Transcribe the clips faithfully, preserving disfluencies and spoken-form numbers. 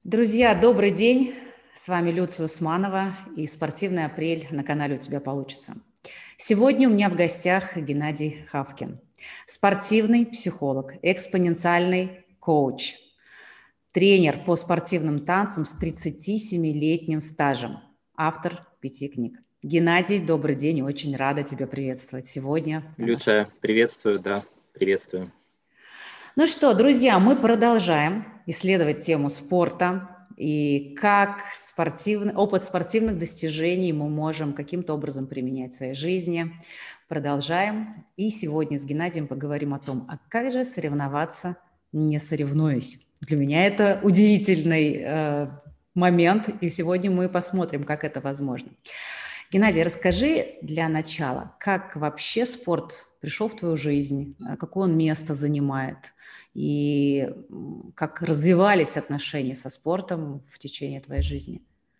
Друзья, добрый день! С вами Люция Усманова и «Спортивный апрель» на канале «У тебя получится». Сегодня у меня в гостях Геннадий Хавкин, спортивный психолог, экспоненциальный коуч, тренер по спортивным танцам с тридцатисемилетним стажем, автор пяти книг. Геннадий, добрый день, очень рада тебя приветствовать сегодня. Люция, приветствую, да, приветствую. Ну что, друзья, мы продолжаем исследовать тему спорта и как спортивный, опыт спортивных достижений мы можем каким-то образом применять в своей жизни. Продолжаем. И сегодня с Геннадием поговорим о том, а как же соревноваться, не соревнуясь. Для меня это удивительный э, момент, и сегодня мы посмотрим, как это возможно. Геннадий, расскажи для начала, как вообще спорт пришел в твою жизнь, какое он место занимает и как развивались отношения со спортом в течение твоей жизни?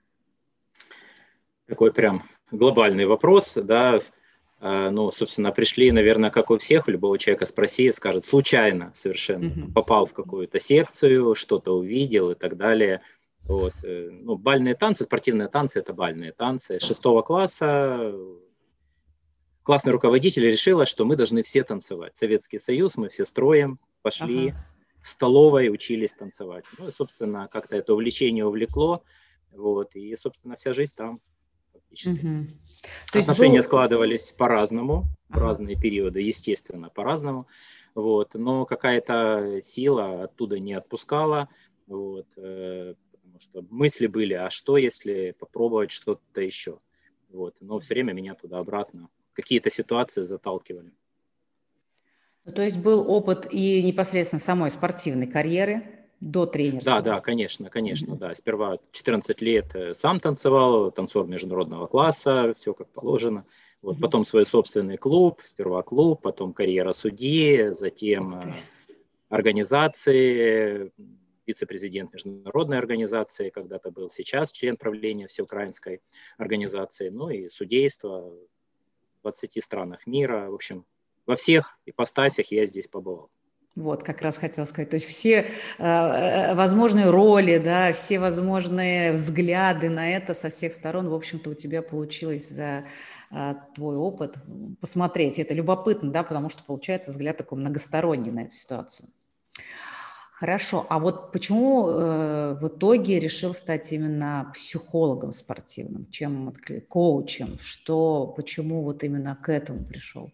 Такой прям глобальный вопрос, да. Ну, собственно, пришли, наверное, как у всех, у любого человека спроси, скажет, случайно совершенно, Mm-hmm. попал в какую-то секцию, что-то увидел и так далее. Вот. Ну, бальные танцы, спортивные танцы – это бальные танцы. С шестого класса классный руководитель решила, что мы должны все танцевать. Советский Союз, мы все строем, пошли ага. в столовой, учились танцевать. Ну и, собственно, как-то это увлечение увлекло. Вот, и, собственно, вся жизнь там фактически. Угу. То Отношения был... складывались по-разному, ага. в разные периоды, естественно, по-разному. Вот, но какая-то сила оттуда не отпускала. Вот, э, потому что мысли были, а что, если попробовать что-то еще? Вот, но все время меня туда-обратно какие-то ситуации заталкивали. То есть был опыт и непосредственно самой спортивной карьеры до тренерства? Да, да, конечно, конечно, mm-hmm. да. Сперва четырнадцать лет сам танцевал, танцор международного класса, все как положено. Вот, mm-hmm. Потом свой собственный клуб, сперва клуб, потом карьера судьи, затем организации, вице-президент международной организации, когда-то был, сейчас член правления всеукраинской организации, ну и судейство в двадцати странах мира, в общем, во всех ипостасях я здесь побывал. Вот, как раз хотела сказать, то есть все э, возможные роли, да, все возможные взгляды на это со всех сторон, в общем-то, у тебя получилось за э, твой опыт посмотреть. Это любопытно, да, потому что получается взгляд такой многосторонний на эту ситуацию. Хорошо, а вот почему э, в итоге решил стать именно психологом спортивным, чем коучем, что, почему вот именно к этому пришел?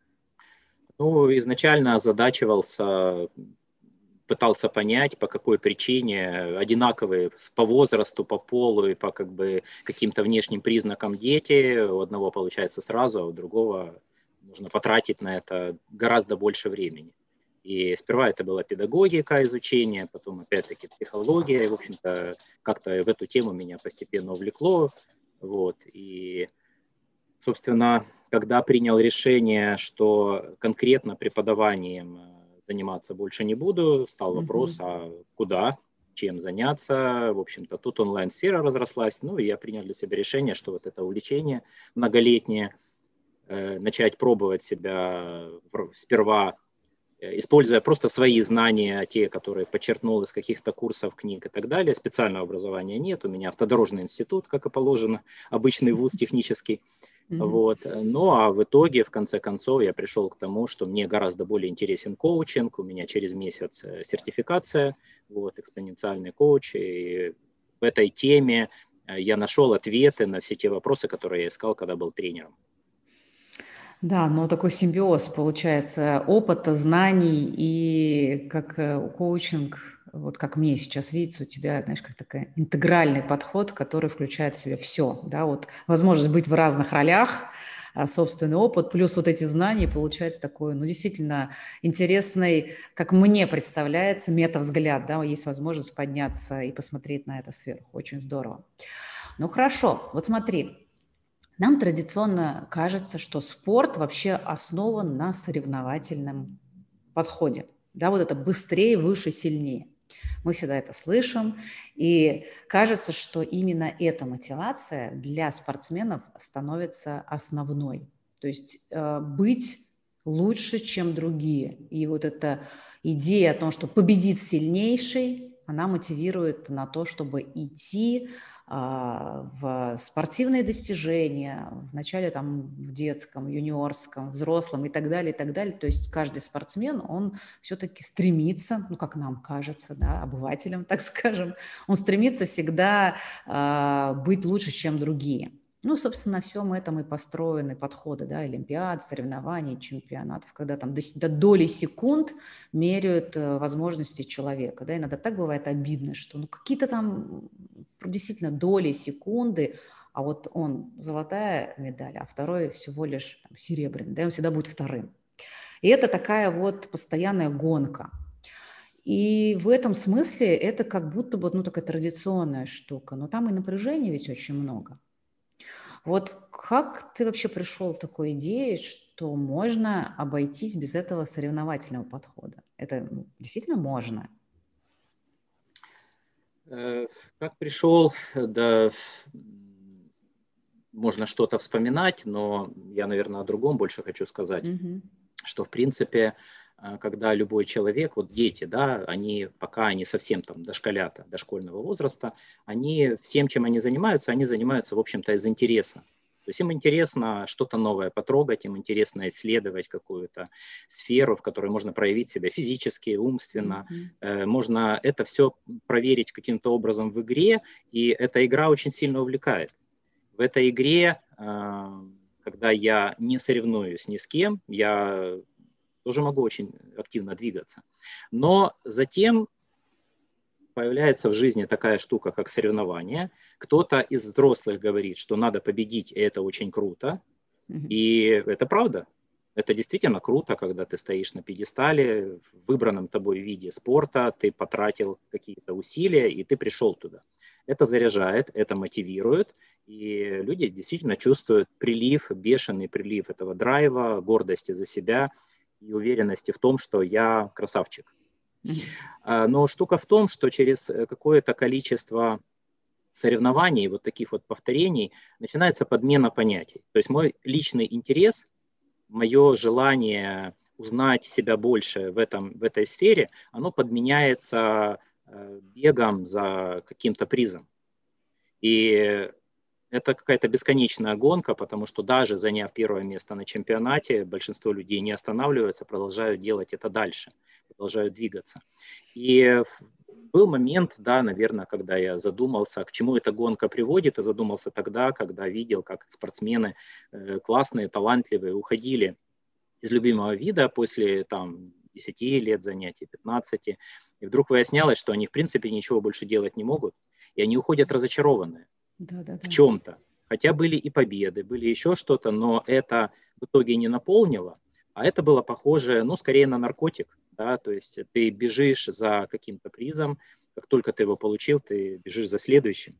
Ну, изначально озадачивался, пытался понять, по какой причине одинаковые по возрасту, по полу и по как бы каким-то внешним признакам дети. У одного получается сразу, а у другого нужно потратить на это гораздо больше времени. И сперва это была педагогика, изучение, потом опять-таки психология. И, в общем-то, как-то в эту тему меня постепенно увлекло. Вот. И, собственно, когда принял решение, что конкретно преподаванием заниматься больше не буду, стал вопрос, mm-hmm. а куда, чем заняться. В общем-то, тут онлайн-сфера разрослась. Ну, и я принял для себя решение, что вот это увлечение многолетнее, э, начать пробовать себя сперва, используя просто свои знания, те, которые подчеркнул из каких-то курсов, книг и так далее. Специального образования нет. У меня автодорожный институт, как и положено, обычный вуз технический. Mm-hmm. Вот. Ну а в итоге, в конце концов, я пришел к тому, что мне гораздо более интересен коучинг. У меня через месяц сертификация, вот, экспоненциальный коуч. И в этой теме я нашел ответы на все те вопросы, которые я искал, когда был тренером. Да, но такой симбиоз получается опыта, знаний и как коучинг, вот как мне сейчас видится, у тебя, знаешь, как такой интегральный подход, который включает в себя все, да, вот возможность быть в разных ролях, собственный опыт, плюс вот эти знания, получается такой, ну, действительно интересный, как мне представляется, метавзгляд, да, есть возможность подняться и посмотреть на это сверху, очень здорово. Ну, хорошо, вот смотри. Нам традиционно кажется, что спорт вообще основан на соревновательном подходе. Да, вот это быстрее, выше, сильнее. Мы всегда это слышим, и кажется, что именно эта мотивация для спортсменов становится основной. То есть э, быть лучше, чем другие. И вот эта идея о том, что победит сильнейший, она мотивирует на то, чтобы идти а, в спортивные достижения, вначале там в детском, юниорском, взрослом и так далее, и так далее. То есть каждый спортсмен, он все-таки стремится, ну, как нам кажется, да, обывателям, так скажем, он стремится всегда а, быть лучше, чем другие. Ну, собственно, на всем этом и построены подходы, да, олимпиад, соревнований, чемпионатов, когда там до, до доли секунд меряют э, возможности человека, да, иногда так бывает обидно, что ну какие-то там действительно доли секунды, а вот он золотая медаль, а второй всего лишь там, серебряный, да, он всегда будет вторым. И это такая вот постоянная гонка. И в этом смысле это как будто бы, ну, такая традиционная штука, но там и напряжения ведь очень много. Вот как ты вообще пришел к такой идее, что можно обойтись без этого соревновательного подхода? Это ну, действительно можно? Как пришел, да, можно что-то вспоминать, но я, наверное, о другом больше хочу сказать, mm-hmm. что, в принципе, когда любой человек, вот дети, да, они, пока они совсем там дошколята, дошкольного возраста, они всем, чем они занимаются, они занимаются, в общем-то, из интереса. То есть им интересно что-то новое потрогать, им интересно исследовать какую-то сферу, в которой можно проявить себя физически, умственно. Mm-hmm. Можно это все проверить каким-то образом в игре, и эта игра очень сильно увлекает. В этой игре, когда я не соревнуюсь ни с кем, я тоже могу очень активно двигаться. Но затем появляется в жизни такая штука, как соревнование. Кто-то из взрослых говорит, что надо победить, и это очень круто. Mm-hmm. И это правда. Это действительно круто, когда ты стоишь на пьедестале в выбранном тобой виде спорта, ты потратил какие-то усилия, и ты пришел туда. Это заряжает, это мотивирует, и люди действительно чувствуют прилив, бешеный прилив этого драйва, гордости за себя и уверенности в том, что я красавчик. Mm-hmm. Но штука в том, что через какое-то количество соревнований, вот таких вот повторений, начинается подмена понятий. То есть мой личный интерес, мое желание узнать себя больше в, этом, в этой сфере, оно подменяется бегом за каким-то призом. И это какая-то бесконечная гонка, потому что даже заняв первое место на чемпионате, большинство людей не останавливаются, продолжают делать это дальше, продолжают двигаться. И был момент, да, наверное, когда я задумался, к чему эта гонка приводит, и задумался тогда, когда видел, как спортсмены классные, талантливые уходили из любимого вида после там, десяти лет занятий, пятнадцати, и вдруг выяснялось, что они в принципе ничего больше делать не могут, и они уходят разочарованные. Да, да, да. В чем-то. Хотя были и победы, были еще что-то, но это в итоге не наполнило, а это было похоже, ну, скорее на наркотик, да, то есть ты бежишь за каким-то призом, как только ты его получил, ты бежишь за следующим.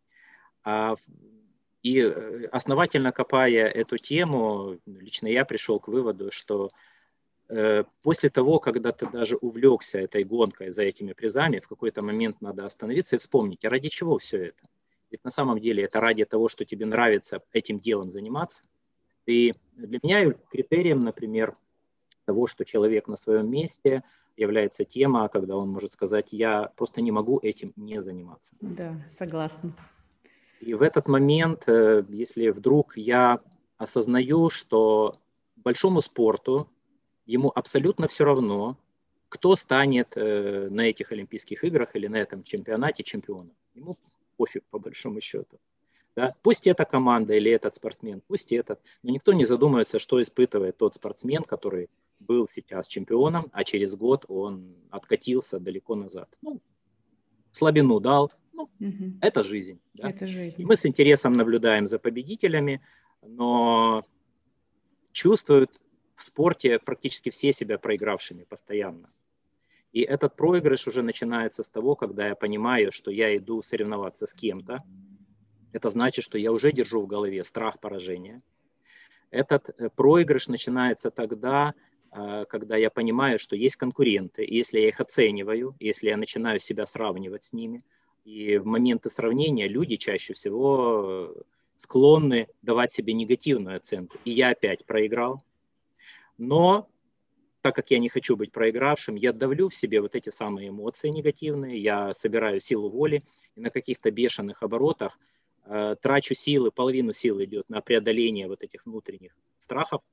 А, и основательно копая эту тему, лично я пришел к выводу, что э, после того, когда ты даже увлекся этой гонкой за этими призами, в какой-то момент надо остановиться и вспомнить, а ради чего все это? Ведь на самом деле это ради того, что тебе нравится этим делом заниматься. И для меня критерием, например, того, что человек на своем месте, является тема, когда он может сказать, я просто не могу этим не заниматься. Да, согласна. И в этот момент, если вдруг я осознаю, что большому спорту ему абсолютно все равно, кто станет на этих Олимпийских играх или на этом чемпионате чемпионом. Ему пофиг, по большому счету. Да? Пусть эта команда или этот спортсмен, пусть этот, но никто не задумывается, что испытывает тот спортсмен, который был сейчас чемпионом, а через год он откатился далеко назад. Ну, слабину дал, ну, угу. Это жизнь. Да? Это жизнь. И мы с интересом наблюдаем за победителями, но чувствуют в спорте практически все себя проигравшими постоянно. И этот проигрыш уже начинается с того, когда я понимаю, что я иду соревноваться с кем-то. Это значит, что я уже держу в голове страх поражения. Этот проигрыш начинается тогда, когда я понимаю, что есть конкуренты. И если я их оцениваю, если я начинаю себя сравнивать с ними, и в моменты сравнения люди чаще всего склонны давать себе негативную оценку. И я опять проиграл. Но так как я не хочу быть проигравшим, я давлю в себе вот эти самые эмоции негативные, я собираю силу воли и на каких-то бешеных оборотах э, трачу силы, половину сил идет на преодоление вот этих внутренних страхов,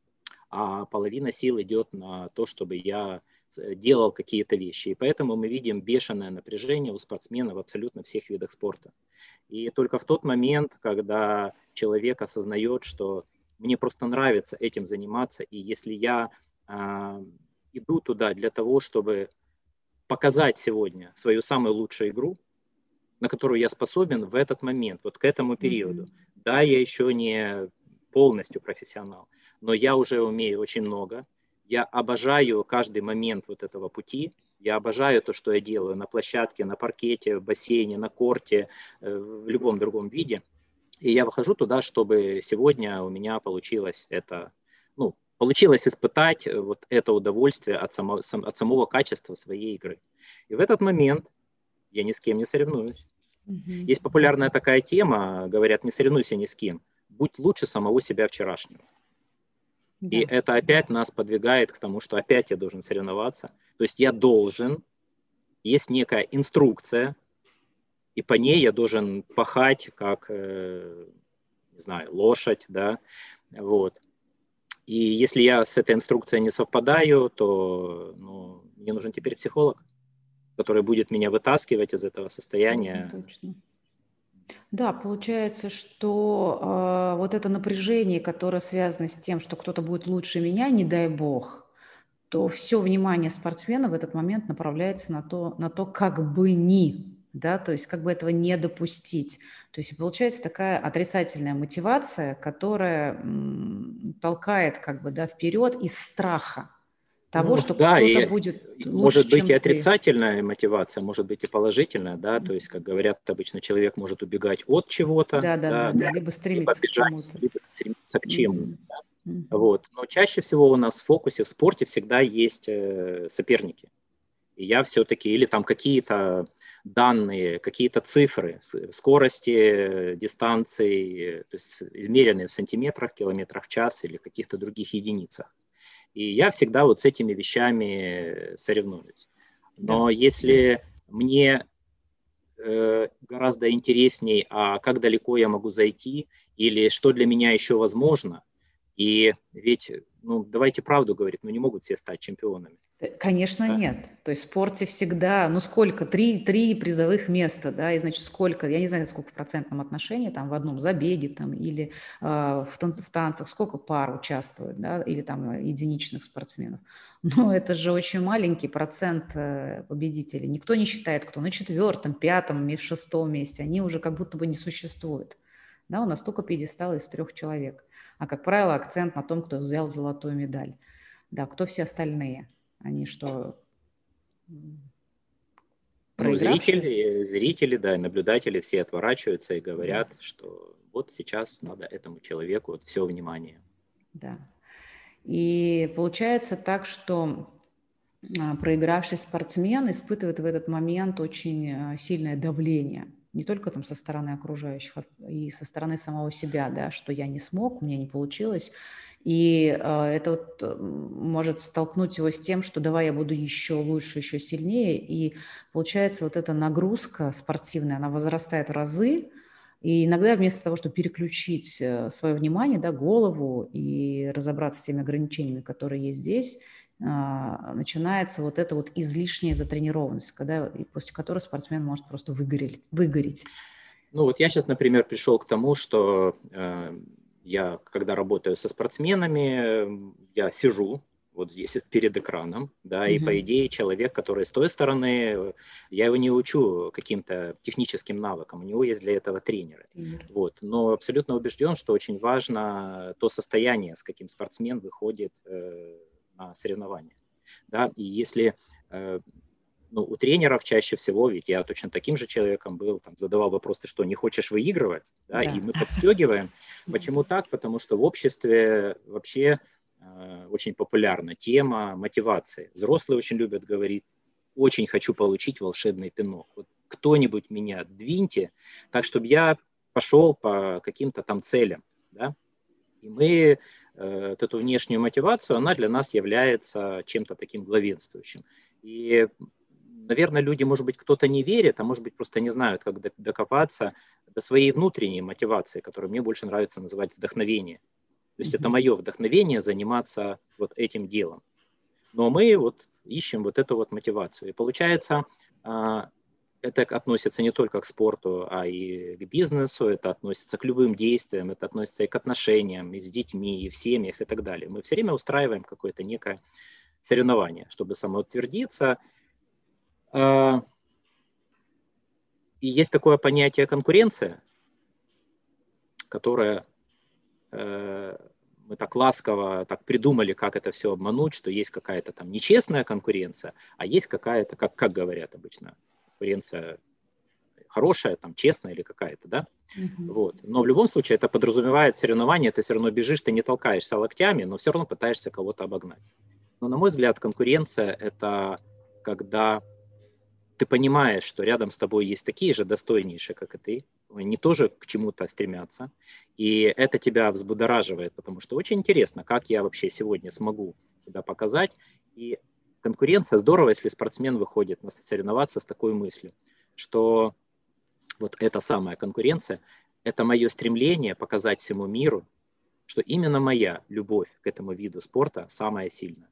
а половина сил идет на то, чтобы я делал какие-то вещи. И поэтому мы видим бешеное напряжение у спортсменов в абсолютно всех видах спорта. И только в тот момент, когда человек осознает, что мне просто нравится этим заниматься, и если я э, иду туда для того, чтобы показать сегодня свою самую лучшую игру, на которую я способен в этот момент, вот к этому периоду. Mm-hmm. Да, я еще не полностью профессионал, но я уже умею очень много. Я обожаю каждый момент вот этого пути. Я обожаю то, что я делаю на площадке, на паркете, в бассейне, на корте, в любом другом виде. И я выхожу туда, чтобы сегодня у меня получилось это, ну, получилось испытать вот это удовольствие от, само, от самого качества своей игры. И в этот момент я ни с кем не соревнуюсь. Mm-hmm. Есть популярная такая тема, говорят, не соревнуйся ни с кем, будь лучше самого себя вчерашнего. Да. И это опять нас подвигает к тому, что опять я должен соревноваться. То есть я должен, есть некая инструкция, и по ней я должен пахать, как, э, не знаю, лошадь, да, вот. И если я с этой инструкцией не совпадаю, то ну, мне нужен теперь психолог, который будет меня вытаскивать из этого состояния. Точно. Да, получается, что э, вот это напряжение, которое связано с тем, что кто-то будет лучше меня, не дай бог, то все внимание спортсмена в этот момент направляется на то, на то как бы ни, да, то есть как бы этого не допустить. То есть получается такая отрицательная мотивация, которая м, толкает как бы, да, вперед из страха того, ну, что да, кто-то и будет лучше, может быть чем и отрицательная ты. мотивация, может быть и положительная, да, то есть, как говорят обычно, человек может убегать от чего-то, да, да, да, да, да, либо стремиться либо к чему-то. Либо стремиться к чему-то. Mm-hmm. Да. Mm-hmm. Вот. Но чаще всего у нас в фокусе, в спорте всегда есть э, соперники. И я все-таки, или там какие-то данные, какие-то цифры, скорости, дистанции, то есть измеренные в сантиметрах, километрах в час или каких-то других единицах. И я всегда вот с этими вещами соревнуюсь. Но да. Если мне э, гораздо интересней, а как далеко я могу зайти, или что для меня еще возможно, и ведь, ну, давайте правду говорить, ну, не могут все стать чемпионами. Конечно, да? Нет. То есть в спорте всегда, ну, сколько? Три, три призовых места, да, и, значит, сколько, я не знаю, сколько в процентном отношении, там, в одном забеге, там, или э, в, тан- в танцах, сколько пар участвует, да, или там единичных спортсменов. Но это же очень маленький процент э, победителей. Никто не считает, кто на четвертом, пятом, шестом месте, они уже как будто бы не существуют. Да, у нас только пьедестал из трех человек. А, как правило, акцент на том, кто взял золотую медаль. Да, кто все остальные? Они что, ну, зрители, зрители, да, наблюдатели все отворачиваются и говорят, да. что вот сейчас надо этому человеку вот все внимание. Да. И получается так, что проигравший спортсмен испытывает в этот момент очень сильное давление. Не только там со стороны окружающих, а и со стороны самого себя, да, что я не смог, у меня не получилось. И э, это вот может столкнуть его с тем, что давай я буду еще лучше, еще сильнее. И получается вот эта нагрузка спортивная, она возрастает в разы. И иногда вместо того, чтобы переключить свое внимание, да, голову и разобраться с теми ограничениями, которые есть здесь, начинается вот эта вот излишняя затренированность, когда, после которой спортсмен может просто выгореть. выгореть. Ну вот я сейчас, например, пришел к тому, что э, я, когда работаю со спортсменами, я сижу вот здесь перед экраном, да, mm-hmm. и по идее человек, который с той стороны, я его не учу каким-то техническим навыкам, у него есть для этого тренеры. Mm-hmm. Вот. Но абсолютно убежден, что очень важно то состояние, с каким спортсмен выходит э, на соревнования. Да, и если э, ну, у тренеров чаще всего, ведь я точно таким же человеком был, там, задавал вопрос, ты что, не хочешь выигрывать? Да, да. И мы подстегиваем. Почему так? Потому что в обществе вообще э, очень популярна тема мотивации. Взрослые очень любят говорить, очень хочу получить волшебный пинок. Вот кто-нибудь меня двиньте, так, чтобы я пошел по каким-то там целям. Да? И мы э, вот эту внешнюю мотивацию, она для нас является чем-то таким главенствующим. И, наверное, люди, может быть, кто-то не верит, а может быть, просто не знают, как докопаться до своей внутренней мотивации, которую мне больше нравится называть вдохновение. То есть mm-hmm. это мое вдохновение заниматься вот этим делом. Но мы вот ищем вот эту вот мотивацию. И получается, это относится не только к спорту, а и к бизнесу, это относится к любым действиям, это относится и к отношениям, и с детьми, и в семьях, и так далее. Мы все время устраиваем какое-то некое соревнование, чтобы самоутвердиться. И есть такое понятие конкуренция, которое мы так ласково так придумали, как это все обмануть, что есть какая-то там нечестная конкуренция, а есть какая-то, как, как говорят обычно, конкуренция хорошая, там, честная или какая-то, да? Uh-huh. Вот. Но в любом случае это подразумевает соревнование, ты все равно бежишь, ты не толкаешься локтями, но все равно пытаешься кого-то обогнать. Но, на мой взгляд, конкуренция – это когда ты понимаешь, что рядом с тобой есть такие же достойнейшие, как и ты, они тоже к чему-то стремятся, и это тебя взбудораживает, потому что очень интересно, как я вообще сегодня смогу себя показать, и конкуренция здорово, если спортсмен выходит на соревноваться с такой мыслью, что вот эта самая конкуренция, это мое стремление показать всему миру, что именно моя любовь к этому виду спорта самая сильная.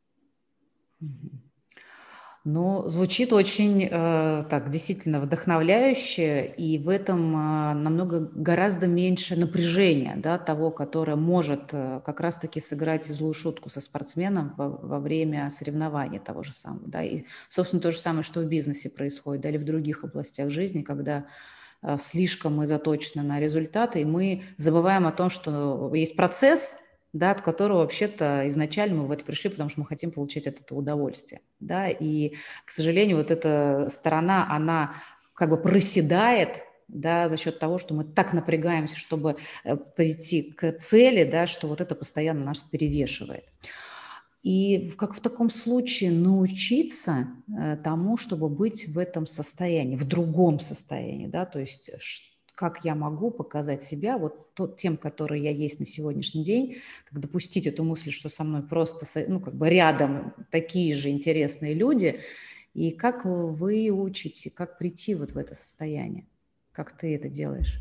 Ну, звучит очень, э, так, действительно вдохновляюще, и в этом э, намного, гораздо меньше напряжения, да, того, которое может э, как раз-таки сыграть злую шутку со спортсменом во, во время соревнований того же самого, да, и, собственно, то же самое, что в бизнесе происходит, да, или в других областях жизни, когда э, слишком мы заточены на результаты, и мы забываем о том, что есть процесс, да, от которого вообще-то изначально мы в это пришли, потому что мы хотим получать от этого удовольствие, да, и, к сожалению, вот эта сторона, она как бы проседает, да, за счет того, что мы так напрягаемся, чтобы прийти к цели, да, что вот это постоянно нас перевешивает. И как в таком случае научиться тому, чтобы быть в этом состоянии, в другом состоянии, да, то есть как я могу показать себя вот тот, тем, который я есть на сегодняшний день, как допустить эту мысль, что со мной просто, ну, как бы рядом такие же интересные люди, и как вы учите, как прийти вот в это состояние, как ты это делаешь?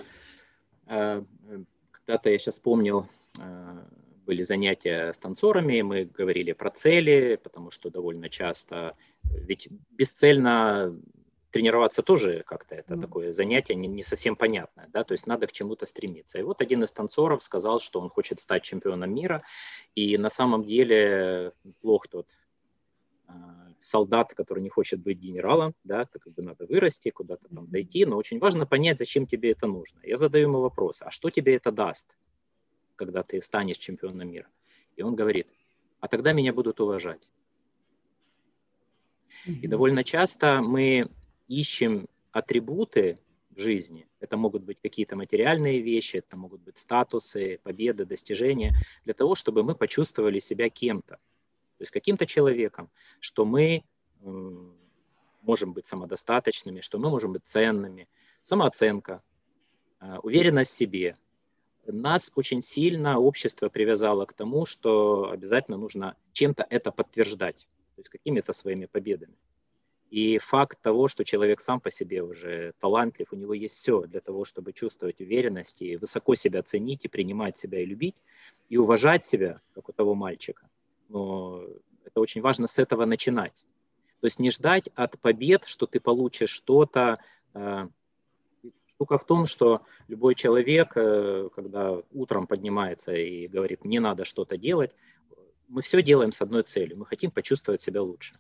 Когда-то я сейчас вспомнил, были занятия с танцорами, мы говорили про цели, потому что довольно часто, ведь бесцельно тренироваться тоже как-то это mm. такое занятие не, не совсем понятное, да, то есть надо к чему-то стремиться. И вот один из танцоров сказал, что он хочет стать чемпионом мира, и на самом деле плох тот э, солдат, который не хочет быть генералом, да, то как бы надо вырасти, куда-то там дойти, но очень важно понять, зачем тебе это нужно. Я задаю ему вопрос, а что тебе это даст, когда ты станешь чемпионом мира? И он говорит, а тогда меня будут уважать. Mm-hmm. И довольно часто мы ищем атрибуты в жизни, это могут быть какие-то материальные вещи, это могут быть статусы, победы, достижения, для того, чтобы мы почувствовали себя кем-то, то есть каким-то человеком, что мы э, можем быть самодостаточными, что мы можем быть ценными, самооценка, э, уверенность в себе. Нас очень сильно общество привязало к тому, что обязательно нужно чем-то это подтверждать, то есть какими-то своими победами. И факт того, что человек сам по себе уже талантлив, у него есть все для того, чтобы чувствовать уверенность и высоко себя ценить, и принимать себя, и любить, и уважать себя, как у того мальчика. Но это очень важно с этого начинать. То есть не ждать от побед, что ты получишь что-то. Штука в том, что любой человек, когда утром поднимается и говорит, мне надо что-то делать, мы все делаем с одной целью. Мы хотим почувствовать себя лучше.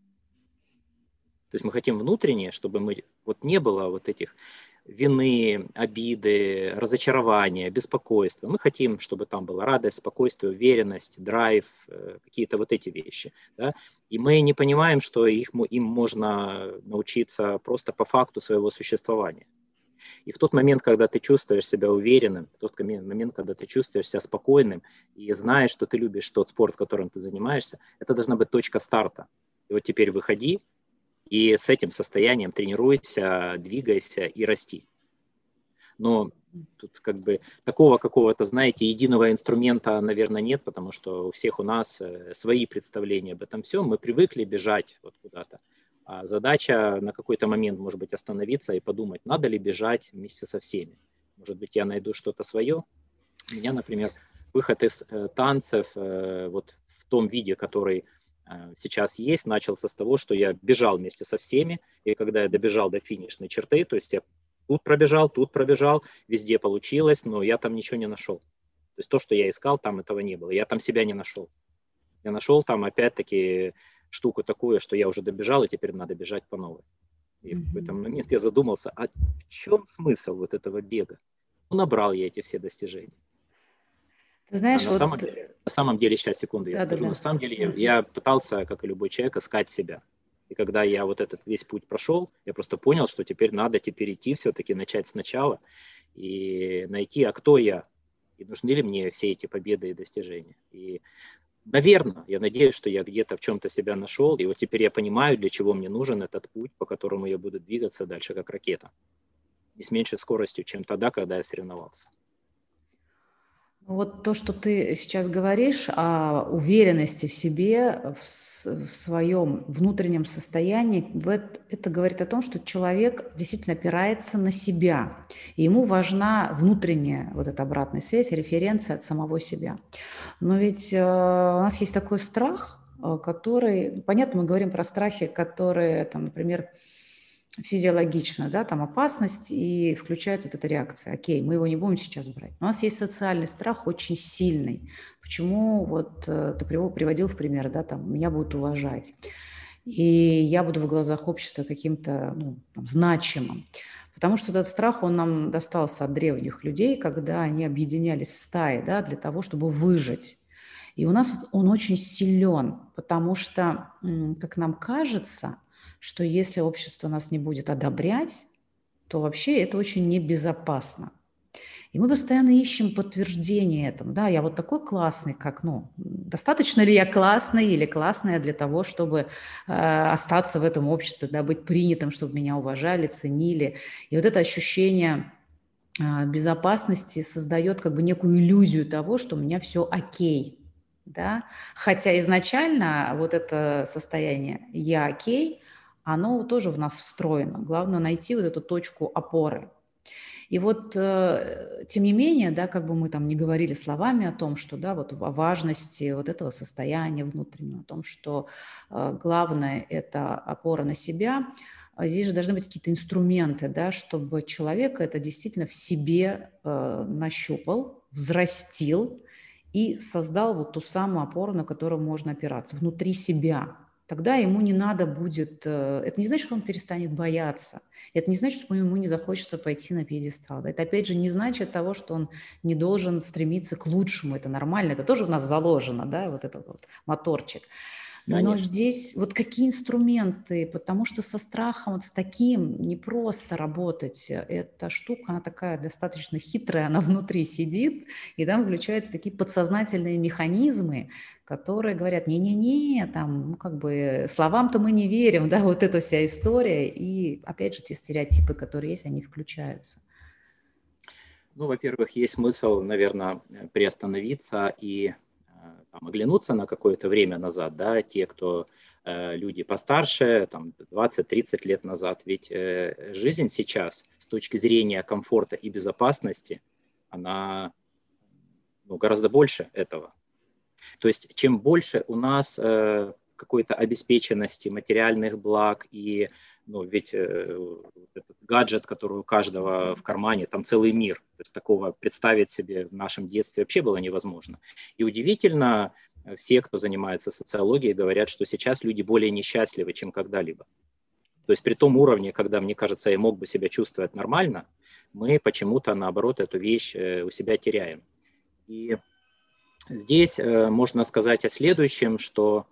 То есть мы хотим внутренне, чтобы мы, вот не было вот этих вины, обиды, разочарования, беспокойства. Мы хотим, чтобы там была радость, спокойствие, уверенность, драйв, какие-то вот эти вещи. Да? И мы не понимаем, что их, им можно научиться просто по факту своего существования. И в тот момент, когда ты чувствуешь себя уверенным, в тот момент, когда ты чувствуешь себя спокойным и знаешь, что ты любишь тот спорт, которым ты занимаешься, это должна быть точка старта. И вот теперь выходи, и с этим состоянием тренируйся, двигайся и расти. Но Тут как бы такого какого-то, знаете, единого инструмента, наверное, нет, потому что у всех у нас свои представления об этом всем. Мы привыкли бежать вот куда-то. А задача на какой-то момент, может быть, остановиться и подумать, надо ли бежать вместе со всеми. Может быть, я найду что-то свое. У меня, например, выход из э, танцев э, вот в том виде, который э, сейчас есть, начался с того, что я бежал вместе со всеми. И когда я добежал до финишной черты, то есть я тут пробежал, тут пробежал, везде получилось, но я там ничего не нашел. То есть то, что я искал, там этого не было. Я там себя не нашел. Я нашел там опять-таки штуку такую, что я уже добежал, и теперь надо бежать по новой. И mm-hmm. в какой-то момент я задумался, а в чем смысл вот этого бега? Ну, набрал я эти все достижения. Ты знаешь, а на, вот... самом деле, на самом деле, сейчас, секунду, я да, скажу, да, на да. самом деле mm-hmm. я, я пытался, как и любой человек, искать себя. И когда я вот этот весь путь прошел, я просто понял, что теперь надо теперь идти все-таки, начать сначала и найти, а кто я, и нужны ли мне все эти победы и достижения. И, наверное, я надеюсь, что я где-то в чем-то себя нашел, и вот теперь я понимаю, для чего мне нужен этот путь, по которому я буду двигаться дальше, как ракета. И с меньшей скоростью, чем тогда, когда я соревновался. Вот то, что ты сейчас говоришь о уверенности в себе, в, в своем внутреннем состоянии, это, это говорит о том, что человек действительно опирается на себя. И ему важна внутренняя вот эта обратная связь, референция от самого себя. Но ведь э, у нас есть такой страх, который... Понятно, мы говорим про страхи, которые, там, например, физиологично, да, там опасность, и включается вот эта реакция. Окей, мы его не будем сейчас брать. У нас есть социальный страх очень сильный. Почему вот ты приводил в пример, да, там, меня будут уважать, и я буду в глазах общества каким-то, ну, там, значимым. Потому что этот страх, он нам достался от древних людей, когда они объединялись в стаи, да, для того, чтобы выжить. И у нас он очень силен, потому что, как нам кажется, что если общество нас не будет одобрять, то вообще это очень небезопасно. И мы постоянно ищем подтверждение этому. Да, я вот такой классный, как, ну, достаточно ли я классный или классная для того, чтобы э, остаться в этом обществе, да, быть принятым, чтобы меня уважали, ценили. И вот это ощущение э, безопасности создает как бы некую иллюзию того, что у меня все окей. Да? Хотя изначально вот это состояние «я окей», оно тоже в нас встроено. Главное найти вот эту точку опоры. И вот, э, тем не менее, да, как бы мы там не говорили словами о том, что, да, вот о важности вот этого состояния внутреннего, о том, что э, главное – это опора на себя, здесь же должны быть какие-то инструменты, да, чтобы человек это действительно в себе э, нащупал, взрастил и создал вот ту самую опору, на которую можно опираться, внутри себя. Тогда ему не надо будет... Это не значит, что он перестанет бояться. Это не значит, что ему не захочется пойти на пьедестал. Это, опять же, не значит того, что он не должен стремиться к лучшему. Это нормально. Это тоже в нас заложено, да, вот этот вот моторчик. Но Конечно. Здесь вот какие инструменты, потому что со страхом, вот с таким непросто работать. Эта штука, она такая достаточно хитрая, она внутри сидит, и там включаются такие подсознательные механизмы, которые говорят, не-не-не, там, ну, как бы, словам-то мы не верим, да, вот эта вся история, и, опять же, те стереотипы, которые есть, они включаются. Ну, во-первых, есть смысл, наверное, приостановиться и там, оглянуться на какое-то время назад, да, те, кто э, люди постарше, там, двадцать-тридцать лет назад, ведь э, жизнь сейчас с точки зрения комфорта и безопасности, она, ну, гораздо больше этого. То есть чем больше у нас э, какой-то обеспеченности материальных благ и, ну, ведь э, этот гаджет, который у каждого в кармане, там целый мир. То есть такого представить себе в нашем детстве вообще было невозможно. И удивительно, все, кто занимается социологией, говорят, что сейчас люди более несчастливы, чем когда-либо. То есть при том уровне, когда, мне кажется, я мог бы себя чувствовать нормально, мы почему-то, наоборот, эту вещь у себя теряем. И здесь э, можно сказать о следующем, что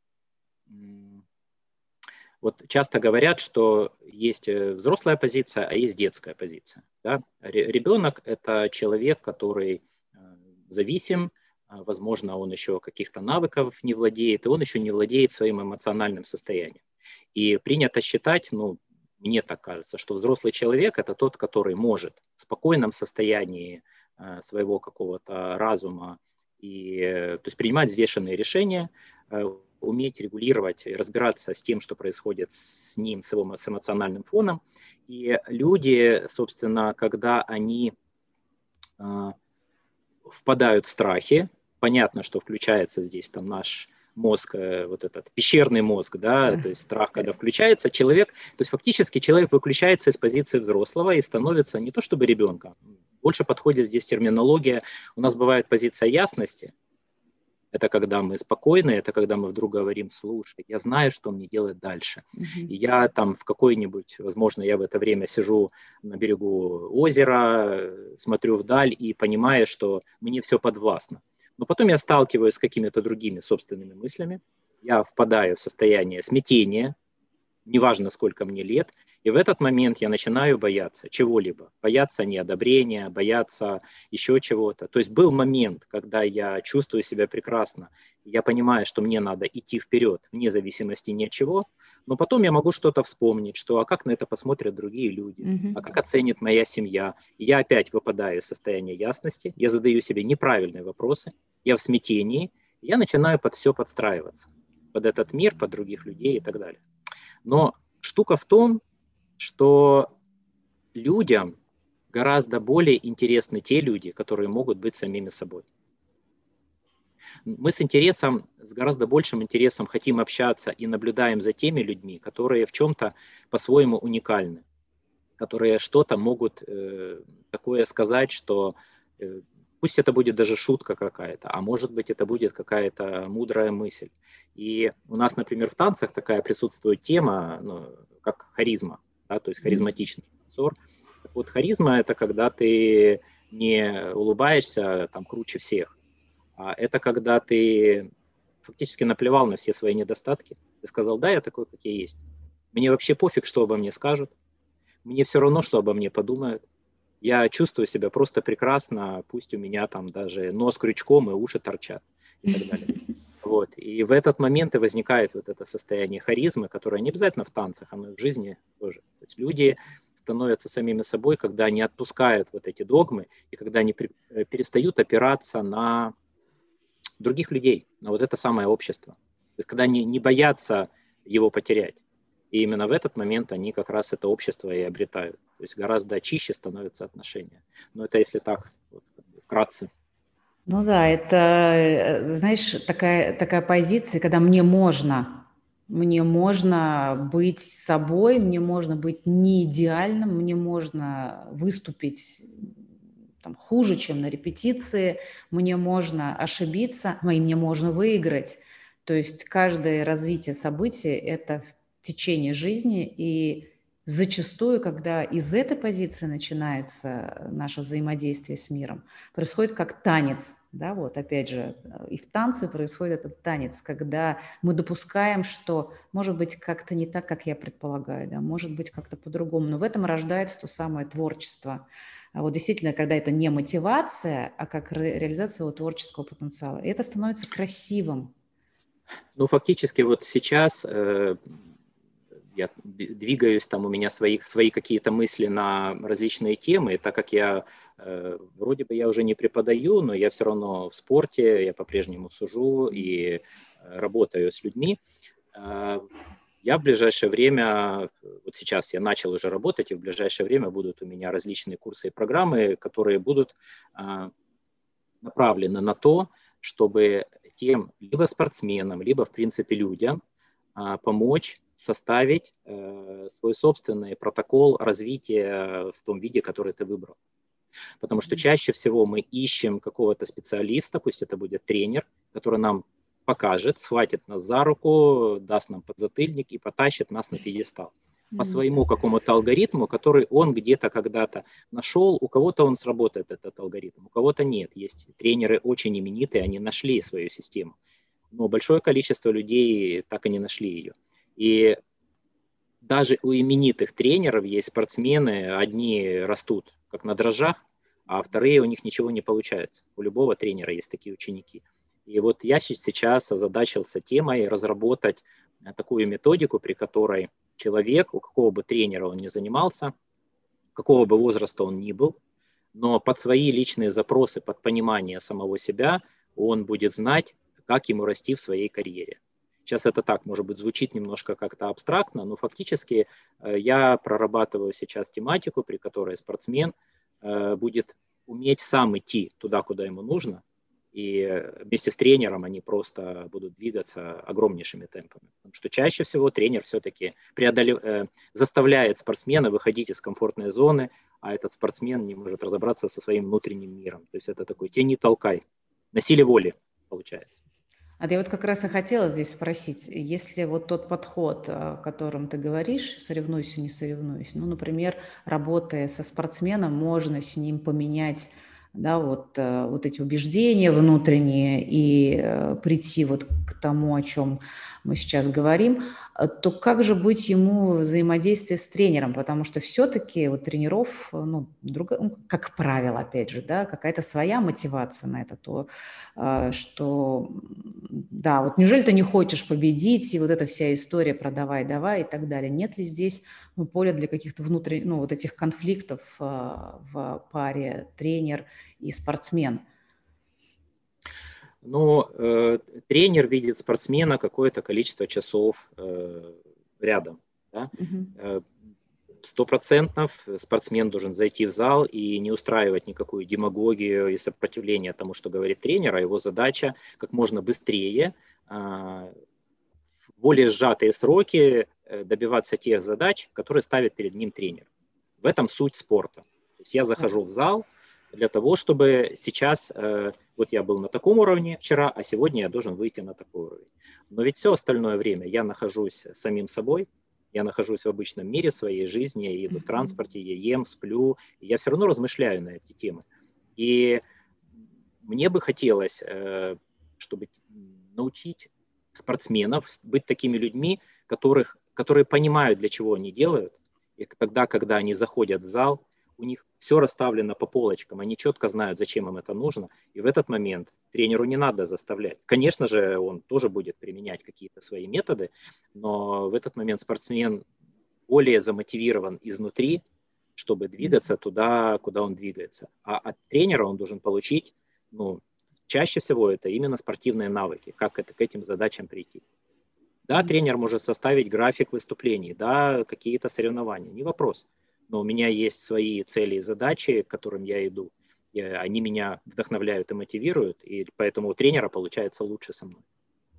вот часто говорят, что есть взрослая позиция, а есть детская позиция. Да? Ребенок – это человек, который зависим, возможно, он еще каких-то навыков не владеет, и он еще не владеет своим эмоциональным состоянием. И принято считать, ну, мне так кажется, что взрослый человек – это тот, который может в спокойном состоянии э, своего какого-то разума и, э, то есть принимать взвешенные решения, э, уметь регулировать и разбираться с тем, что происходит с ним, с его с эмоциональным фоном. И люди, собственно, когда они э, впадают в страхи, понятно, что включается здесь там наш мозг, вот этот пещерный мозг, да, то есть страх, когда включается, человек, то есть фактически человек выключается из позиции взрослого и становится не то чтобы ребенком, больше подходит здесь терминология, у нас бывает позиция ясности, это когда мы спокойны, это когда мы вдруг говорим, слушай, я знаю, что мне делать дальше. Mm-hmm. И я там в какой-нибудь, возможно, я в это время сижу на берегу озера, смотрю вдаль и понимаю, что мне все подвластно. Но потом я сталкиваюсь с какими-то другими собственными мыслями, я впадаю в состояние смятения, неважно, сколько мне лет, и в этот момент я начинаю бояться чего-либо, бояться неодобрения, бояться еще чего-то. То есть был момент, когда я чувствую себя прекрасно, я понимаю, что мне надо идти вперед, вне зависимости ни от чего, но потом я могу что-то вспомнить, что а как на это посмотрят другие люди, mm-hmm. а как оценит моя семья. И я опять выпадаю из состояния ясности, я задаю себе неправильные вопросы, я в смятении, я начинаю под все подстраиваться, под этот мир, под других людей и так далее. Но штука в том, что людям гораздо более интересны те люди, которые могут быть самими собой. Мы с интересом, с гораздо большим интересом хотим общаться и наблюдаем за теми людьми, которые в чем-то по-своему уникальны, которые что-то могут э, такое сказать, что э, пусть это будет даже шутка какая-то, а может быть это будет какая-то мудрая мысль. И у нас, например, в танцах такая присутствует тема, ну, как харизма, да, то есть харизматичный танцор. Так вот, харизма – это когда ты не улыбаешься там круче всех, а это когда ты фактически наплевал на все свои недостатки. Ты сказал, да, я такой, как я есть. Мне вообще пофиг, что обо мне скажут. Мне все равно, что обо мне подумают. Я чувствую себя просто прекрасно, пусть у меня там даже нос крючком и уши торчат и так далее. Вот. И в этот момент и возникает вот это состояние харизмы, которое не обязательно в танцах, оно и в жизни тоже. То есть люди становятся самими собой, когда они отпускают вот эти догмы и когда они перестают опираться на других людей, на вот это самое общество. То есть когда они не боятся его потерять. И именно в этот момент они как раз это общество и обретают. То есть гораздо чище становятся отношения. Но это если так, вот, вкратце. Ну да, это, знаешь, такая, такая позиция, когда мне можно, мне можно быть собой, мне можно быть не идеальным, мне можно выступить там, хуже, чем на репетиции, мне можно ошибиться, и мне можно выиграть. То есть каждое развитие событий – это течение жизни, и зачастую, когда из этой позиции начинается наше взаимодействие с миром, происходит как танец, да, вот опять же, и в танце происходит этот танец, когда мы допускаем, что может быть как-то не так, как я предполагаю, да, может быть как-то по-другому, но в этом рождается то самое творчество. А вот действительно, когда это не мотивация, а как ре- реализация его творческого потенциала, и это становится красивым. Ну, фактически вот сейчас э, я двигаюсь, там у меня своих, свои какие-то мысли на различные темы, так как я, э, вроде бы я уже не преподаю, но я все равно в спорте, я по-прежнему сужу и работаю с людьми. Э, я в ближайшее время, вот сейчас я начал уже работать, и в ближайшее время будут у меня различные курсы и программы, которые будут э, направлены на то, чтобы тем либо спортсменам, либо, в принципе, людям а, помочь составить э, свой собственный протокол развития в том виде, который ты выбрал. Потому что чаще всего мы ищем какого-то специалиста, пусть это будет тренер, который нам покажет, схватит нас за руку, даст нам подзатыльник и потащит нас на пьедестал. По своему какому-то алгоритму, который он где-то когда-то нашел, у кого-то он сработает, этот алгоритм, у кого-то нет. Есть тренеры очень именитые, они нашли свою систему, но большое количество людей так и не нашли ее. И даже у именитых тренеров есть спортсмены, одни растут как на дрожжах, а вторые у них ничего не получается. У любого тренера есть такие ученики. И вот я сейчас озадачился темой разработать такую методику, при которой человек, у какого бы тренера он ни занимался, какого бы возраста он ни был, но под свои личные запросы, под понимание самого себя, он будет знать, как ему расти в своей карьере. Сейчас это так, может быть, звучит немножко как-то абстрактно, но фактически я прорабатываю сейчас тематику, при которой спортсмен будет уметь сам идти туда, куда ему нужно, и вместе с тренером они просто будут двигаться огромнейшими темпами. Потому что чаще всего тренер все-таки преодолев... заставляет спортсмена выходить из комфортной зоны, а этот спортсмен не может разобраться со своим внутренним миром. То есть это такой тяни, толкай, на силе воли получается. А я вот как раз и хотела здесь спросить, если вот тот подход, о котором ты говоришь, соревнуйся, не соревнуйся, ну, например, работая со спортсменом, можно с ним поменять, да, вот, вот эти убеждения внутренние и прийти вот к тому, о чем мы сейчас говорим, то как же быть ему взаимодействие с тренером? Потому что все-таки у тренеров, ну, друг, ну, как правило, опять же, да, какая-то своя мотивация на это, то, что, да, вот неужели ты не хочешь победить, и вот эта вся история про давай, давай и так далее. Нет ли здесь ну, поля для каких-то внутренних, ну, вот этих конфликтов в паре тренер и спортсмен? Ну, э, тренер видит спортсмена какое-то количество часов э, рядом. Сто процентов спортсмен должен зайти в зал и не устраивать никакую демагогию и сопротивление тому, что говорит тренер, а его задача как можно быстрее, э, в более сжатые сроки добиваться тех задач, которые ставит перед ним тренер. В этом суть спорта. То есть я захожу в зал для того, чтобы сейчас, э, вот я был на таком уровне вчера, а сегодня я должен выйти на такой уровень. Но ведь все остальное время я нахожусь самим собой, я нахожусь в обычном мире, в своей жизни, я еду в транспорте, я ем, сплю, и я все равно размышляю на эти темы. И мне бы хотелось, э, чтобы научить спортсменов быть такими людьми, которых, которые понимают, для чего они делают, и тогда, когда они заходят в зал, у них все расставлено по полочкам, они четко знают, зачем им это нужно, и в этот момент тренеру не надо заставлять. Конечно же, он тоже будет применять какие-то свои методы, но в этот момент спортсмен более замотивирован изнутри, чтобы двигаться туда, куда он двигается. А от тренера он должен получить, ну, чаще всего это именно спортивные навыки, как это, к этим задачам прийти. Да, тренер может составить график выступлений, да, какие-то соревнования, не вопрос. Но у меня есть свои цели и задачи, к которым я иду. И они меня вдохновляют и мотивируют, и поэтому у тренера получается лучше со мной.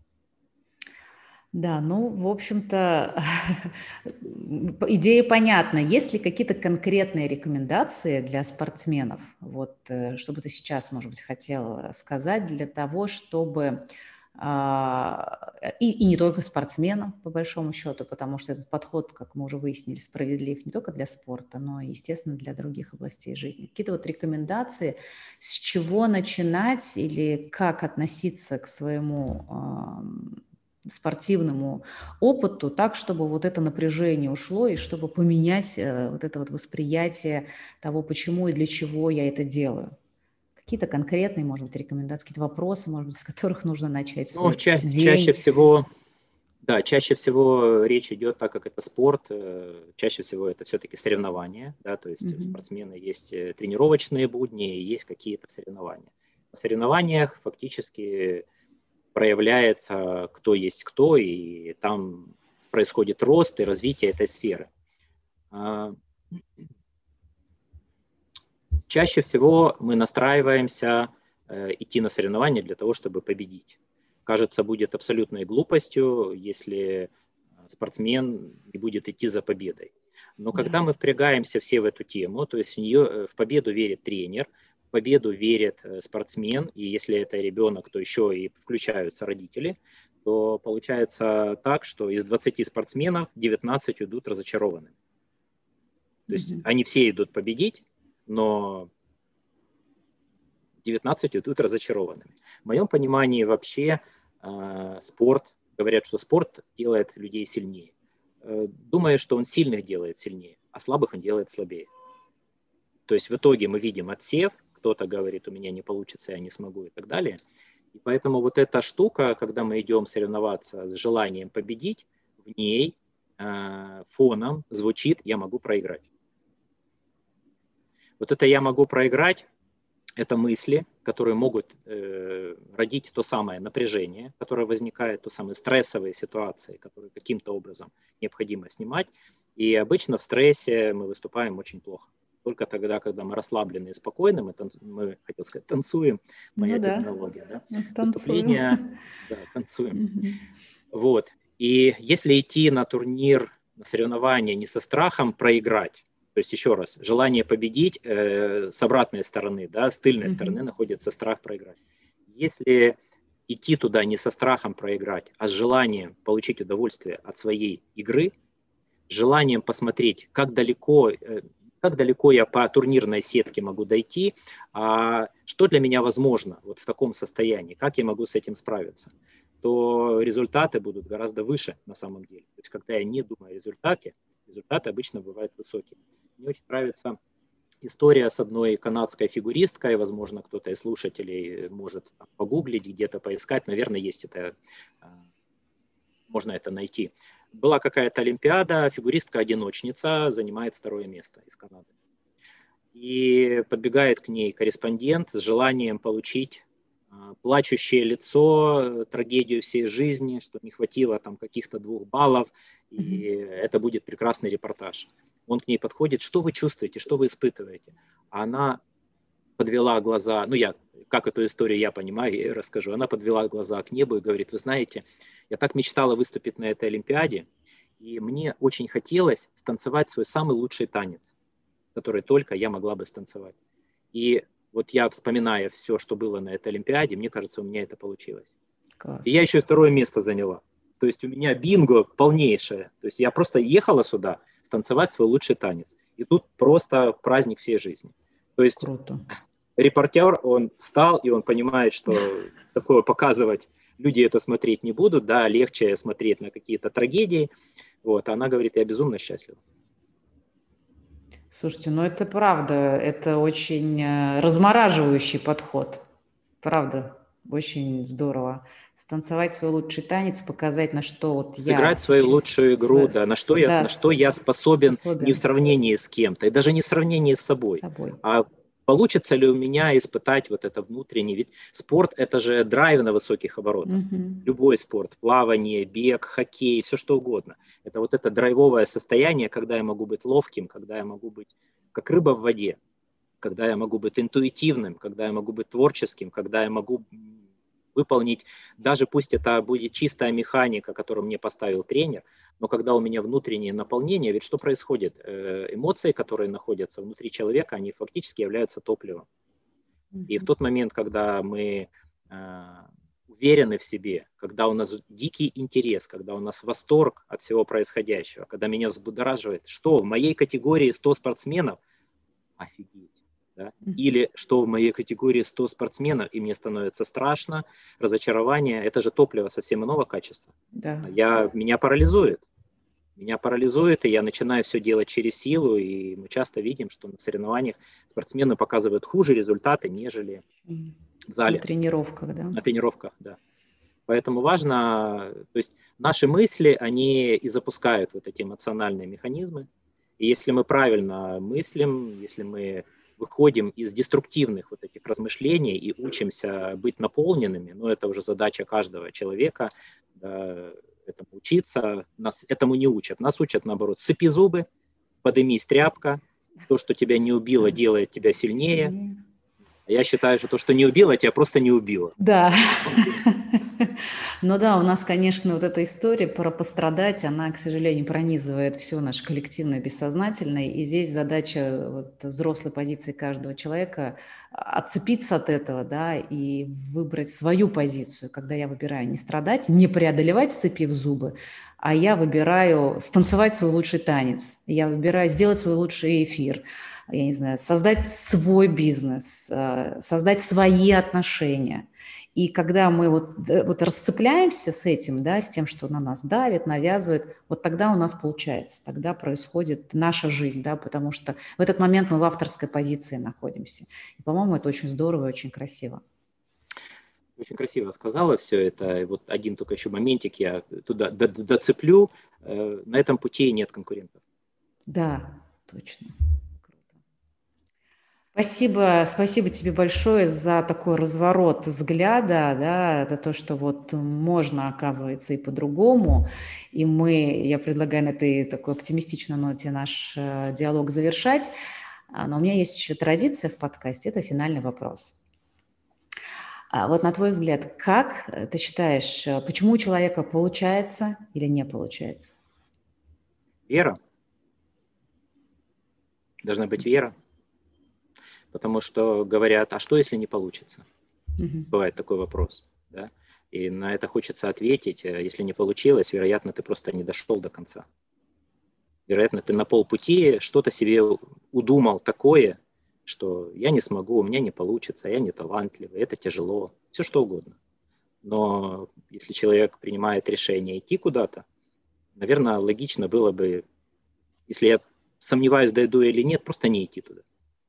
Да, ну, в общем-то, идея понятна. Есть ли какие-то конкретные рекомендации для спортсменов? Вот, что бы ты сейчас, может быть, хотела сказать для того, чтобы... И, и не только спортсменам, по большому счету, потому что этот подход, как мы уже выяснили, справедлив не только для спорта, но и, естественно, для других областей жизни. Какие-то вот рекомендации, с чего начинать или как относиться к своему спортивному опыту так, чтобы вот это напряжение ушло и чтобы поменять вот это вот восприятие того, почему и для чего я это делаю. Какие-то конкретные, может быть, рекомендации, какие-то вопросы, может быть, с которых нужно начать свой ну, ча- день? Чаще всего, да, чаще всего речь идет, так как это спорт, чаще всего это все-таки соревнования, да, то есть mm-hmm. у спортсмена есть тренировочные будни и есть какие-то соревнования. На соревнованиях фактически проявляется, кто есть кто, и там происходит рост и развитие этой сферы. Чаще всего мы настраиваемся э, идти на соревнования для того, чтобы победить. Кажется, будет абсолютной глупостью, если спортсмен не будет идти за победой. Но да. Когда мы впрягаемся все в эту тему, то есть в, нее, в победу верит тренер, в победу верит спортсмен, и если это ребенок, то еще и включаются родители, то получается так, что из двадцати спортсменов девятнадцать идут разочарованными. То есть mm-hmm. они все идут победить, но девятнадцать идут разочарованными. В моем понимании вообще э, спорт, говорят, что спорт делает людей сильнее. Э, думаю, что он сильных делает сильнее, а слабых он делает слабее. То есть в итоге мы видим отсев, кто-то говорит, у меня не получится, я не смогу и так далее. И поэтому вот эта штука, когда мы идем соревноваться с желанием победить, в ней э, фоном звучит «я могу проиграть». Вот это «я могу проиграть» — это мысли, которые могут э, родить то самое напряжение, которое возникает, то самые стрессовые ситуации, которые каким-то образом необходимо снимать. И обычно в стрессе мы выступаем очень плохо. Только тогда, когда мы расслаблены и спокойны, мы, танц... мы хотел сказать, танцуем, моя Ну да, терминология, да? танцуем. Выступление, да, танцуем. Вот. И если идти на турнир, на соревнования не со страхом проиграть, то есть еще раз, желание победить э, с обратной стороны, да, с тыльной mm-hmm. стороны находится страх проиграть. Если идти туда не со страхом проиграть, а с желанием получить удовольствие от своей игры, желанием посмотреть, как далеко, э, как далеко я по турнирной сетке могу дойти, а что для меня возможно вот в таком состоянии, как я могу с этим справиться, то результаты будут гораздо выше на самом деле. То есть когда я не думаю о результате, результаты обычно бывают высокие. Мне очень нравится история с одной канадской фигуристкой, возможно, кто-то из слушателей может погуглить, где-то поискать, наверное, есть это, можно это найти. Была какая-то олимпиада, фигуристка-одиночница занимает второе место из Канады. И подбегает к ней корреспондент с желанием получить плачущее лицо, трагедию всей жизни, что не хватило там каких-то двух баллов, и mm-hmm. это будет прекрасный репортаж. Он к ней подходит: что вы чувствуете, что вы испытываете? А она подвела глаза, ну я, как эту историю я понимаю, я расскажу. Она подвела глаза к небу и говорит: вы знаете, я так мечтала выступить на этой олимпиаде, и мне очень хотелось станцевать свой самый лучший танец, который только я могла бы станцевать. И вот я, вспоминая все, что было на этой олимпиаде, мне кажется, у меня это получилось. Класс. И я еще второе место заняла. То есть у меня бинго полнейшее. То есть я просто ехала сюда станцевать свой лучший танец. И тут просто праздник всей жизни. То есть круто. Репортер, он встал, и он понимает, что такое показывать люди это смотреть не будут. Да, легче смотреть на какие-то трагедии. Вот, она говорит: я безумно счастлива. Слушайте, ну это правда, это очень размораживающий подход. Правда, очень здорово. Станцевать свой лучший танец, показать, на что вот я... Сыграть свою лучшую игру, свой, да, на что, я, да, на что я способен, способен не в сравнении с кем-то, и даже не в сравнении с собой, собой. А получится ли у меня испытать вот это внутреннее... Ведь спорт – это же драйв на высоких оборотах. Угу. Любой спорт, плавание, бег, хоккей, все что угодно. Это вот это драйвовое состояние, когда я могу быть ловким, когда я могу быть как рыба в воде, когда я могу быть интуитивным, когда я могу быть творческим, когда я могу выполнить, даже пусть это будет чистая механика, которую мне поставил тренер, но когда у меня внутреннее наполнение, ведь что происходит? Эмоции, которые находятся внутри человека, они фактически являются топливом. И в тот момент, когда мы уверены в себе, когда у нас дикий интерес, когда у нас восторг от всего происходящего, когда меня взбудораживает, что в моей категории сто спортсменов, офигеть. Да? Или что в моей категории сто спортсменов, и мне становится страшно, разочарование, это же топливо совсем иного качества. Да. Я, меня парализует. Меня парализует, и я начинаю все делать через силу, и мы часто видим, что на соревнованиях спортсмены показывают хуже результаты, нежели в зале. На тренировках, да. На тренировках, да. Поэтому важно, то есть наши мысли, они и запускают вот эти эмоциональные механизмы. И если мы правильно мыслим, если мы выходим из деструктивных вот этих размышлений и учимся быть наполненными, ну, это уже задача каждого человека, да, этому учиться, нас этому не учат. Нас учат, наоборот, сцепи зубы, подымись, тряпка, то, что тебя не убило, делает тебя сильнее. сильнее. А я считаю, что то, что не убило, тебя просто не убило. Да. Ну да, у нас, конечно, вот эта история про пострадать, она, к сожалению, пронизывает все наше коллективное бессознательное. И здесь задача вот взрослой позиции каждого человека отцепиться от этого, да, и выбрать свою позицию, когда я выбираю не страдать, не преодолевать, сцепив зубы, а я выбираю станцевать свой лучший танец, я выбираю сделать свой лучший эфир, я не знаю, создать свой бизнес, создать свои отношения. И когда мы вот, вот расцепляемся с этим, да, с тем, что на нас давит, навязывает, вот тогда у нас получается, тогда происходит наша жизнь, да, потому что в этот момент мы в авторской позиции находимся. И, по-моему, это очень здорово и очень красиво. Очень красиво сказала все это. И вот один только еще моментик я туда доцеплю. На этом пути нет конкурентов. Да, точно. Спасибо, спасибо тебе большое за такой разворот взгляда, да, за то, что вот можно, оказывается, и по-другому. И мы, я предлагаю на этой такой оптимистичной ноте наш э, диалог завершать. Но у меня есть еще традиция в подкасте, это финальный вопрос. А вот на твой взгляд, как ты считаешь, почему у человека получается или не получается? Вера. Должна быть вера. Потому что говорят, а что, если не получится? Mm-hmm. Бывает такой вопрос. Да? И на это хочется ответить. Если не получилось, вероятно, ты просто не дошел до конца. Вероятно, ты на полпути что-то себе удумал такое, что я не смогу, у меня не получится, я не талантливый, это тяжело, все что угодно. Но если человек принимает решение идти куда-то, наверное, логично было бы, если я сомневаюсь, дойду или нет, просто не идти туда.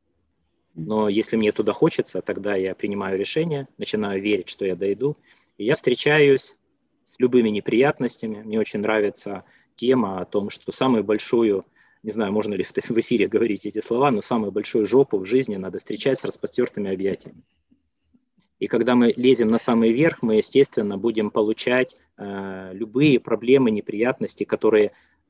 Но если мне туда хочется, тогда я принимаю решение, начинаю верить, что я дойду, и я встречаюсь с любыми неприятностями. Мне очень нравится тема о том, что самую большую, не знаю, можно ли в эфире говорить эти слова, но самую большую жопу в жизни надо встречать с распростертыми объятиями. И когда мы лезем на самый верх, мы, естественно, будем получать э, любые проблемы, неприятности, которые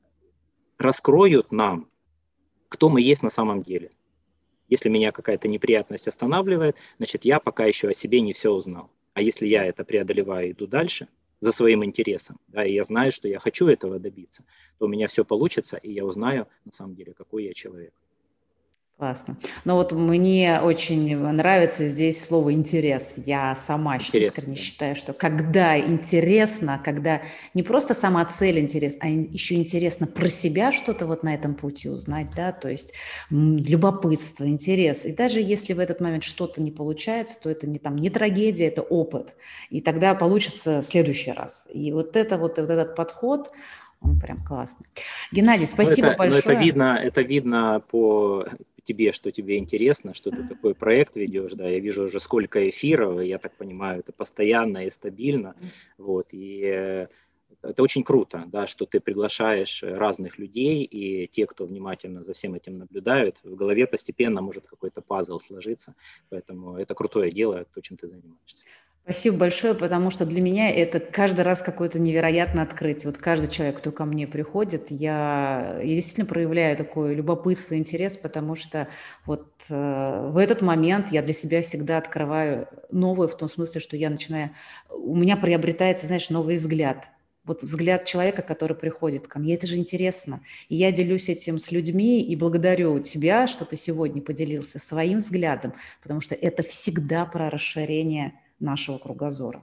раскроют нам, кто мы есть на самом деле. Если меня какая-то неприятность останавливает, значит, я пока еще о себе не все узнал. А если я это преодолеваю и иду дальше за своим интересом, да, и я знаю, что я хочу этого добиться, то у меня все получится, и я узнаю на самом деле, какой я человек. Классно. Но вот мне очень нравится здесь слово «интерес». Я сама интерес, искренне да. считаю, что когда интересно, когда не просто сама цель интерес, а еще интересно про себя что-то вот на этом пути узнать, да, то есть любопытство, интерес. И даже если в этот момент что-то не получается, то это не, там, не трагедия, это опыт. И тогда получится в следующий раз. И вот, это, вот, вот этот подход, он прям классный. Геннадий, спасибо но это, большое. Но это видно, это видно по тебе, что тебе интересно, что ты такой проект ведешь, да, я вижу уже сколько эфиров, и я так понимаю, это постоянно и стабильно, вот, и это очень круто, да, что ты приглашаешь разных людей, и те, кто внимательно за всем этим наблюдают, в голове постепенно может какой-то пазл сложиться, поэтому это крутое дело, то, чем ты занимаешься. Спасибо большое, потому что для меня это каждый раз какое-то невероятное открытие. Вот каждый человек, кто ко мне приходит, я, я действительно проявляю такое любопытство, интерес, потому что вот э, в этот момент я для себя всегда открываю новое, в том смысле, что я начинаю, у меня приобретается, знаешь, новый взгляд. Вот взгляд человека, который приходит ко мне, это же интересно. И я делюсь этим с людьми и благодарю тебя, что ты сегодня поделился своим взглядом, потому что это всегда про расширение нашего кругозора.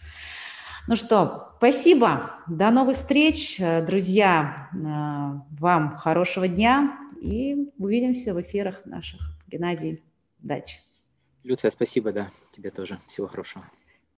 Ну что, спасибо. До новых встреч, друзья. Вам хорошего дня и увидимся в эфирах наших. Геннадий, удачи. Люция, спасибо, да, тебе тоже. Всего хорошего.